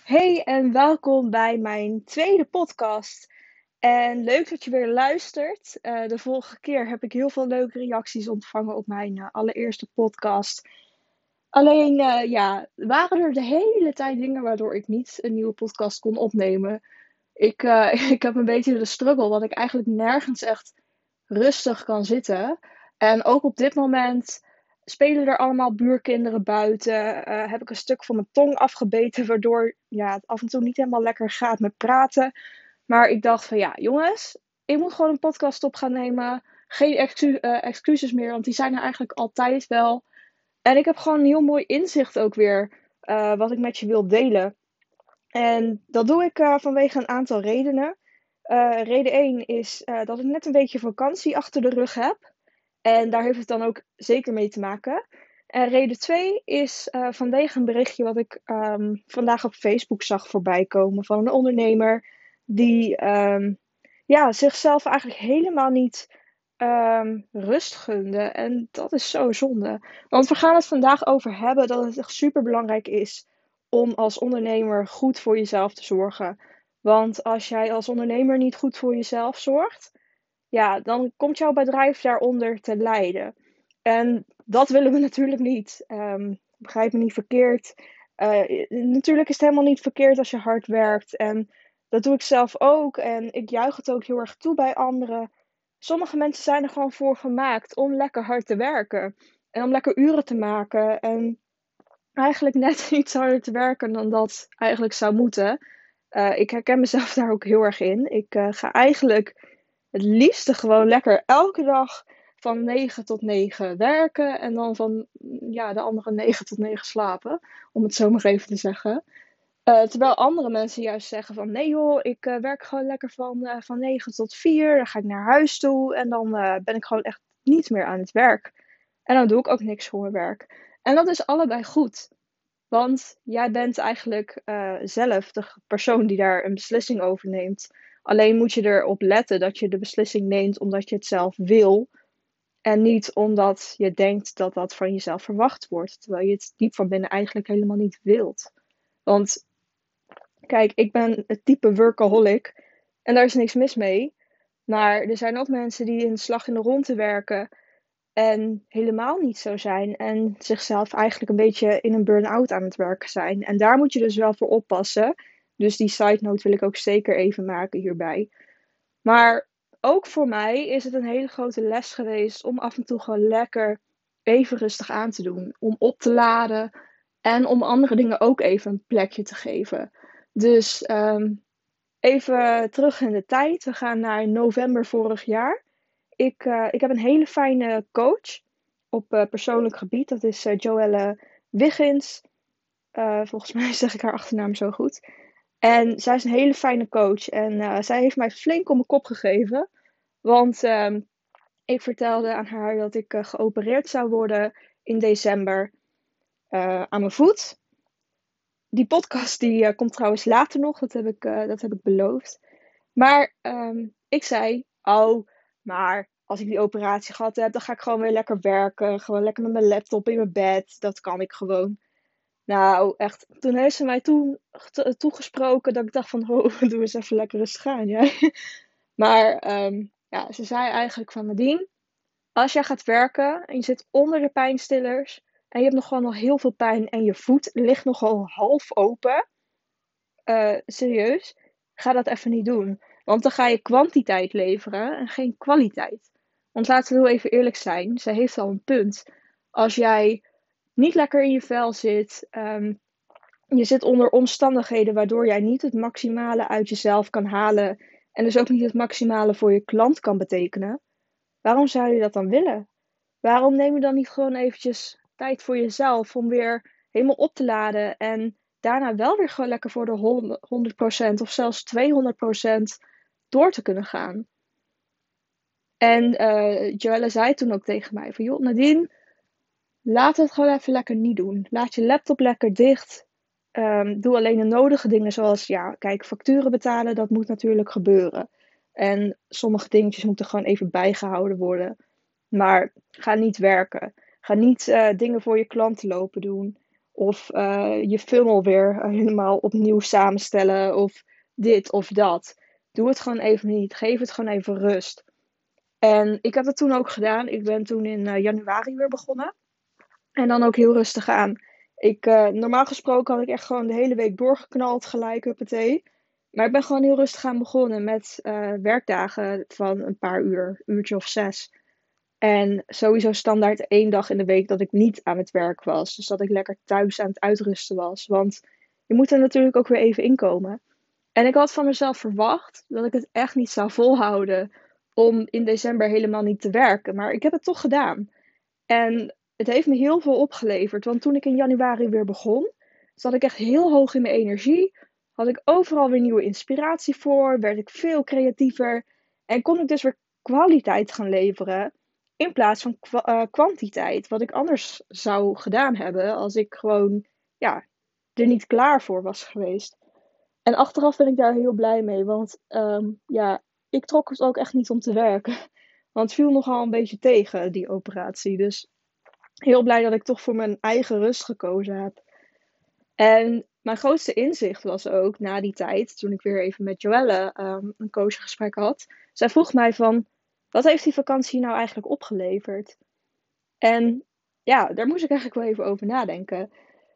Hey en welkom bij mijn tweede podcast. En leuk dat je weer luistert. De vorige keer heb ik heel veel leuke reacties ontvangen op mijn allereerste podcast. Alleen, waren er de hele tijd dingen waardoor ik niet een nieuwe podcast kon opnemen. Ik heb een beetje de struggle dat ik eigenlijk nergens echt rustig kan zitten. En ook op dit moment spelen er allemaal buurkinderen buiten. Heb ik een stuk van mijn tong afgebeten, waardoor het af en toe niet helemaal lekker gaat met praten. Maar ik dacht van ja, jongens, ik moet gewoon een podcast op gaan nemen. Geen excuses meer, want die zijn er eigenlijk altijd wel. En ik heb gewoon een heel mooi inzicht ook weer, wat ik met je wil delen. En dat doe ik vanwege een aantal redenen. Reden 1 is dat ik net een beetje vakantie achter de rug heb. En daar heeft het dan ook zeker mee te maken. En reden 2 is vanwege een berichtje wat ik vandaag op Facebook zag voorbij komen van een ondernemer die zichzelf eigenlijk helemaal niet rust gunde. En dat is zo zonde. Want we gaan het vandaag over hebben dat het echt super belangrijk is om als ondernemer goed voor jezelf te zorgen. Want als jij als ondernemer niet goed voor jezelf zorgt, ja, dan komt jouw bedrijf daaronder te lijden. En dat willen we natuurlijk niet. Begrijp me niet verkeerd. Natuurlijk is het helemaal niet verkeerd als je hard werkt. En dat doe ik zelf ook. En ik juich het ook heel erg toe bij anderen. Sommige mensen zijn er gewoon voor gemaakt om lekker hard te werken. En om lekker uren te maken. En eigenlijk net iets harder te werken dan dat eigenlijk zou moeten. Ik herken mezelf daar ook heel erg in. Ik ga eigenlijk het liefste gewoon lekker elke dag van 9 tot 9 werken. En dan van de andere 9 tot 9 slapen. Om het zo maar even te zeggen. Terwijl andere mensen juist zeggen van nee joh, ik werk gewoon lekker van 9 tot 4. Dan ga ik naar huis toe en dan ben ik gewoon echt niet meer aan het werk. En dan doe ik ook niks voor mijn werk. En dat is allebei goed. Want jij bent eigenlijk zelf de persoon die daar een beslissing over neemt. Alleen moet je erop letten dat je de beslissing neemt omdat je het zelf wil. En niet omdat je denkt dat dat van jezelf verwacht wordt. Terwijl je het diep van binnen eigenlijk helemaal niet wilt. Want kijk, ik ben het type workaholic. En daar is niks mis mee. Maar er zijn ook mensen die een slag in de ronde werken. En helemaal niet zo zijn. En zichzelf eigenlijk een beetje in een burn-out aan het werken zijn. En daar moet je dus wel voor oppassen. Dus die side note wil ik ook zeker even maken hierbij. Maar ook voor mij is het een hele grote les geweest om af en toe gewoon lekker even rustig aan te doen. Om op te laden en om andere dingen ook even een plekje te geven. Dus even terug in de tijd. We gaan naar november vorig jaar. Ik heb een hele fijne coach op persoonlijk gebied. Dat is Joelle Wiggins. Volgens mij zeg ik haar achternaam zo goed. En zij is een hele fijne coach. En zij heeft mij flink om mijn kop gegeven. Want ik vertelde aan haar dat ik geopereerd zou worden in december aan mijn voet. Die podcast die komt trouwens later nog. Dat heb ik beloofd. Maar ik zei, oh, maar als ik die operatie gehad heb, dan ga ik gewoon weer lekker werken. Gewoon lekker met mijn laptop in mijn bed. Dat kan ik gewoon. Nou, echt, toen heeft ze mij toegesproken dat ik dacht van, oh, doe eens even lekker rustig aan, jij. Maar ze zei eigenlijk van, Nadine, als jij gaat werken en je zit onder de pijnstillers en je hebt nog gewoon nog heel veel pijn en je voet ligt nogal half open, serieus, ga dat even niet doen. Want dan ga je kwantiteit leveren en geen kwaliteit. Want laten we heel even eerlijk zijn, ze heeft al een punt. Als jij niet lekker in je vel zit, je zit onder omstandigheden waardoor jij niet het maximale uit jezelf kan halen en dus ook niet het maximale voor je klant kan betekenen, waarom zou je dat dan willen? Waarom neem je dan niet gewoon eventjes tijd voor jezelf om weer helemaal op te laden en daarna wel weer gewoon lekker voor de 100% of zelfs 200% door te kunnen gaan? En Joelle zei toen ook tegen mij van joh Nadine, laat het gewoon even lekker niet doen. Laat je laptop lekker dicht. Doe alleen de nodige dingen zoals, ja, kijk, facturen betalen, dat moet natuurlijk gebeuren. En sommige dingetjes moeten gewoon even bijgehouden worden. Maar ga niet werken. Ga niet dingen voor je klanten lopen doen. Of je funnel weer helemaal opnieuw samenstellen. Of dit of dat. Doe het gewoon even niet. Geef het gewoon even rust. En ik heb het toen ook gedaan. Ik ben toen in januari weer begonnen. En dan ook heel rustig aan. Normaal gesproken had ik echt gewoon de hele week doorgeknald gelijk, huppatee. Maar ik ben gewoon heel rustig aan begonnen met werkdagen van een paar uur, uurtje of 6. En sowieso standaard 1 dag in de week dat ik niet aan het werk was. Dus dat ik lekker thuis aan het uitrusten was. Want je moet er natuurlijk ook weer even inkomen. En ik had van mezelf verwacht dat ik het echt niet zou volhouden om in december helemaal niet te werken. Maar ik heb het toch gedaan. En het heeft me heel veel opgeleverd. Want toen ik in januari weer begon, zat ik echt heel hoog in mijn energie. Had ik overal weer nieuwe inspiratie voor. Werd ik veel creatiever. En kon ik dus weer kwaliteit gaan leveren. In plaats van kwantiteit. Wat ik anders zou gedaan hebben als ik gewoon ja, er niet klaar voor was geweest. En achteraf ben ik daar heel blij mee. Want ja, ik trok het ook echt niet om te werken. Want het viel nogal een beetje tegen, die operatie. Dus heel blij dat ik toch voor mijn eigen rust gekozen heb. En mijn grootste inzicht was ook na die tijd, toen ik weer even met Joelle een coachgesprek had. Zij vroeg mij van, wat heeft die vakantie nou eigenlijk opgeleverd? En ja, daar moest ik eigenlijk wel even over nadenken.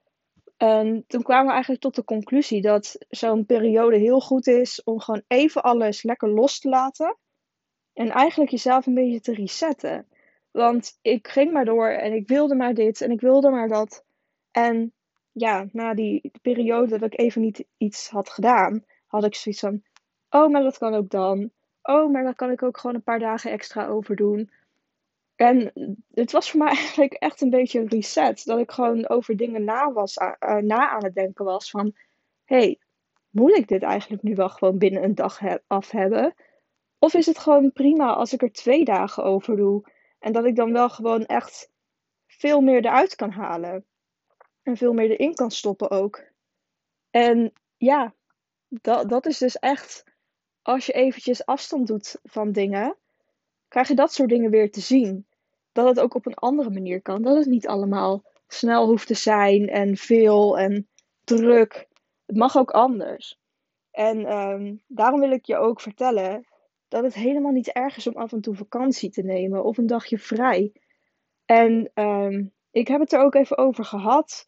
En toen kwamen we eigenlijk tot de conclusie dat zo'n periode heel goed is om gewoon even alles lekker los te laten. En eigenlijk jezelf een beetje te resetten. Want ik ging maar door en ik wilde maar dit en ik wilde maar dat. En ja, na die periode dat ik even niet iets had gedaan, had ik zoiets van: oh, maar dat kan ook dan. Oh, maar dan kan ik ook gewoon een paar dagen extra overdoen. En het was voor mij eigenlijk echt een beetje een reset. Dat ik gewoon over dingen na aan het denken was van: hey, moet ik dit eigenlijk nu wel gewoon binnen een dag af hebben? Of is het gewoon prima als ik er 2 dagen over doe? En dat ik dan wel gewoon echt veel meer eruit kan halen. En veel meer erin kan stoppen ook. En ja, dat is dus echt, als je eventjes afstand doet van dingen, krijg je dat soort dingen weer te zien. Dat het ook op een andere manier kan. Dat het niet allemaal snel hoeft te zijn en veel en druk. Het mag ook anders. En daarom wil ik je ook vertellen dat het helemaal niet erg is om af en toe vakantie te nemen of een dagje vrij. En ik heb het er ook even over gehad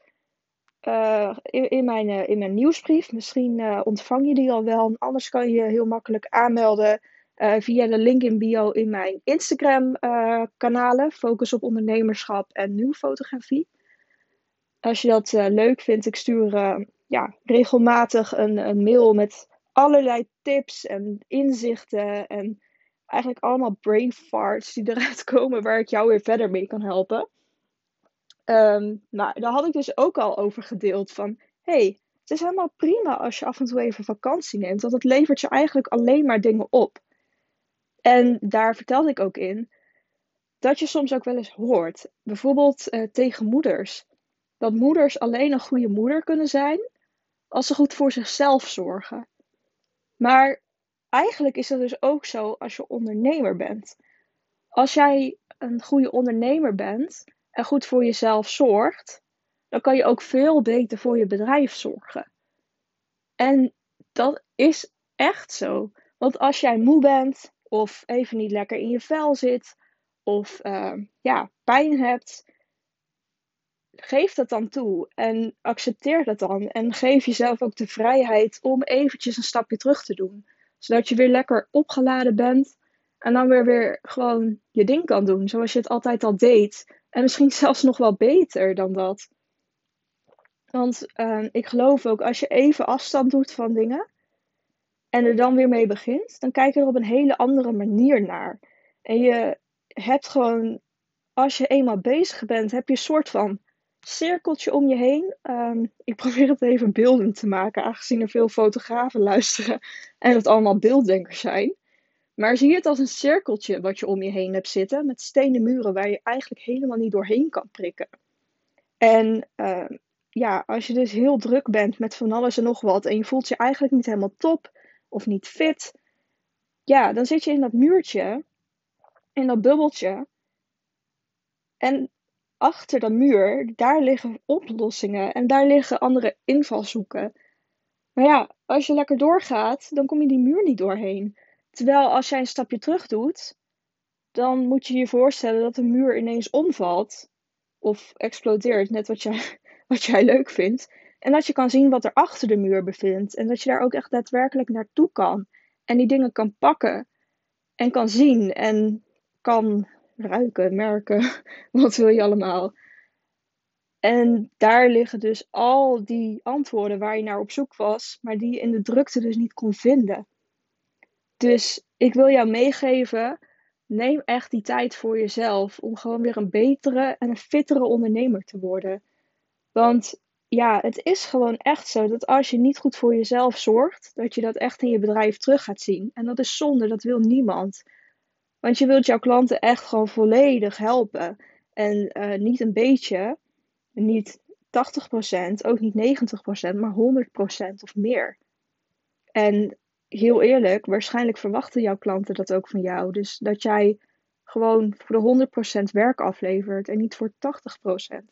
in mijn nieuwsbrief. Misschien ontvang je die al wel. Anders kan je je heel makkelijk aanmelden via de link in bio in mijn Instagram kanalen. Focus op ondernemerschap en nieuwfotografie. Als je dat leuk vindt, ik stuur ja, regelmatig een mail met allerlei tips en inzichten. En eigenlijk allemaal brain farts die eruit komen waar ik jou weer verder mee kan helpen. Maar daar had ik dus ook al over gedeeld van: hey, het is helemaal prima als je af en toe even vakantie neemt. Want het levert je eigenlijk alleen maar dingen op. En daar vertelde ik ook in dat je soms ook wel eens hoort. Bijvoorbeeld tegen moeders. Dat moeders alleen een goede moeder kunnen zijn als ze goed voor zichzelf zorgen. Maar eigenlijk is dat dus ook zo als je ondernemer bent. Als jij een goede ondernemer bent en goed voor jezelf zorgt, dan kan je ook veel beter voor je bedrijf zorgen. En dat is echt zo. Want als jij moe bent, of even niet lekker in je vel zit, of ja, pijn hebt, geef dat dan toe en accepteer dat dan. En geef jezelf ook de vrijheid om eventjes een stapje terug te doen. Zodat je weer lekker opgeladen bent en dan weer gewoon je ding kan doen. Zoals je het altijd al deed. En misschien zelfs nog wel beter dan dat. Want ik geloof ook, als je even afstand doet van dingen en er dan weer mee begint, dan kijk je er op een hele andere manier naar. En je hebt gewoon, als je eenmaal bezig bent, heb je een soort van cirkeltje om je heen. Ik probeer het even beeldend te maken, aangezien er veel fotografen luisteren en het allemaal beelddenkers zijn. Maar zie het als een cirkeltje wat je om je heen hebt zitten, met stenen muren waar je eigenlijk helemaal niet doorheen kan prikken. En ja, als je dus heel druk bent met van alles en nog wat en je voelt je eigenlijk niet helemaal top of niet fit, ja, dan zit je in dat muurtje, in dat bubbeltje. En achter de muur, daar liggen oplossingen en daar liggen andere invalshoeken. Maar ja, als je lekker doorgaat, dan kom je die muur niet doorheen. Terwijl als jij een stapje terug doet, dan moet je je voorstellen dat de muur ineens omvalt of explodeert, net wat jij leuk vindt. En dat je kan zien wat er achter de muur bevindt. En dat je daar ook echt daadwerkelijk naartoe kan. En die dingen kan pakken en kan zien en kan ruiken, merken. Wat wil je allemaal? En daar liggen dus al die antwoorden waar je naar op zoek was, maar die je in de drukte dus niet kon vinden. Dus ik wil jou meegeven, neem echt die tijd voor jezelf om gewoon weer een betere en een fittere ondernemer te worden. Want ja, het is gewoon echt zo dat als je niet goed voor jezelf zorgt, dat je dat echt in je bedrijf terug gaat zien. En dat is zonde, dat wil niemand. Want je wilt jouw klanten echt gewoon volledig helpen. En niet een beetje, niet 80%, ook niet 90%, maar 100% of meer. En heel eerlijk, waarschijnlijk verwachten jouw klanten dat ook van jou. Dus dat jij gewoon voor de 100% werk aflevert en niet voor 80%.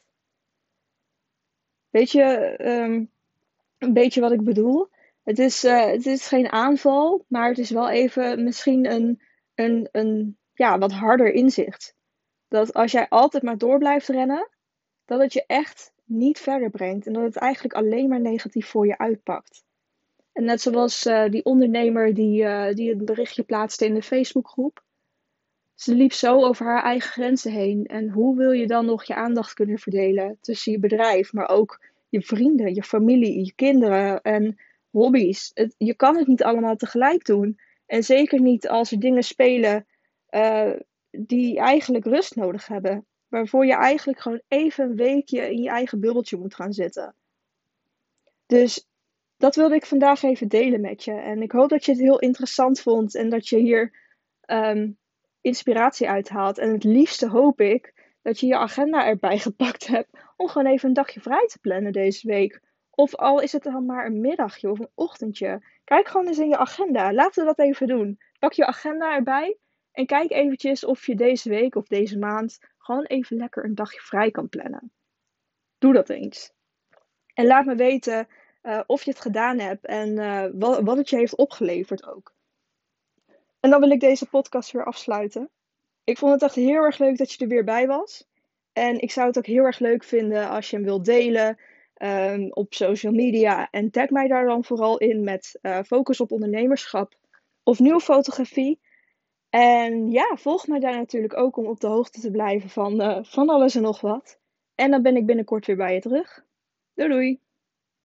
Weet je, een beetje wat ik bedoel? Het is geen aanval, maar het is wel even misschien een ja, wat harder inzicht. Dat als jij altijd maar door blijft rennen, dat het je echt niet verder brengt. En dat het eigenlijk alleen maar negatief voor je uitpakt. En net zoals die ondernemer die een berichtje plaatste in de Facebookgroep. Ze liep zo over haar eigen grenzen heen. En hoe wil je dan nog je aandacht kunnen verdelen tussen je bedrijf, maar ook je vrienden, je familie, je kinderen en hobby's? Je kan het niet allemaal tegelijk doen. En zeker niet als er dingen spelen eh, die eigenlijk rust nodig hebben. Waarvoor je eigenlijk gewoon even een weekje in je eigen bubbeltje moet gaan zitten. Dus dat wilde ik vandaag even delen met je. En ik hoop dat je het heel interessant vond en dat je hier ehm, inspiratie uithaalt. En het liefste hoop ik dat je je agenda erbij gepakt hebt om gewoon even een dagje vrij te plannen deze week. Of al is het dan maar een middagje of een ochtendje. Kijk gewoon eens in je agenda. Laten we dat even doen. Pak je agenda erbij en kijk eventjes of je deze week of deze maand gewoon even lekker een dagje vrij kan plannen. Doe dat eens. En laat me weten of je het gedaan hebt en wat het je heeft opgeleverd ook. En dan wil ik deze podcast weer afsluiten. Ik vond het echt heel erg leuk dat je er weer bij was. En ik zou het ook heel erg leuk vinden als je hem wilt delen op social media. En tag mij daar dan vooral in met focus op ondernemerschap of nieuwe fotografie. En ja, volg mij daar natuurlijk ook om op de hoogte te blijven van alles en nog wat. En dan ben ik binnenkort weer bij je terug. Doei doei!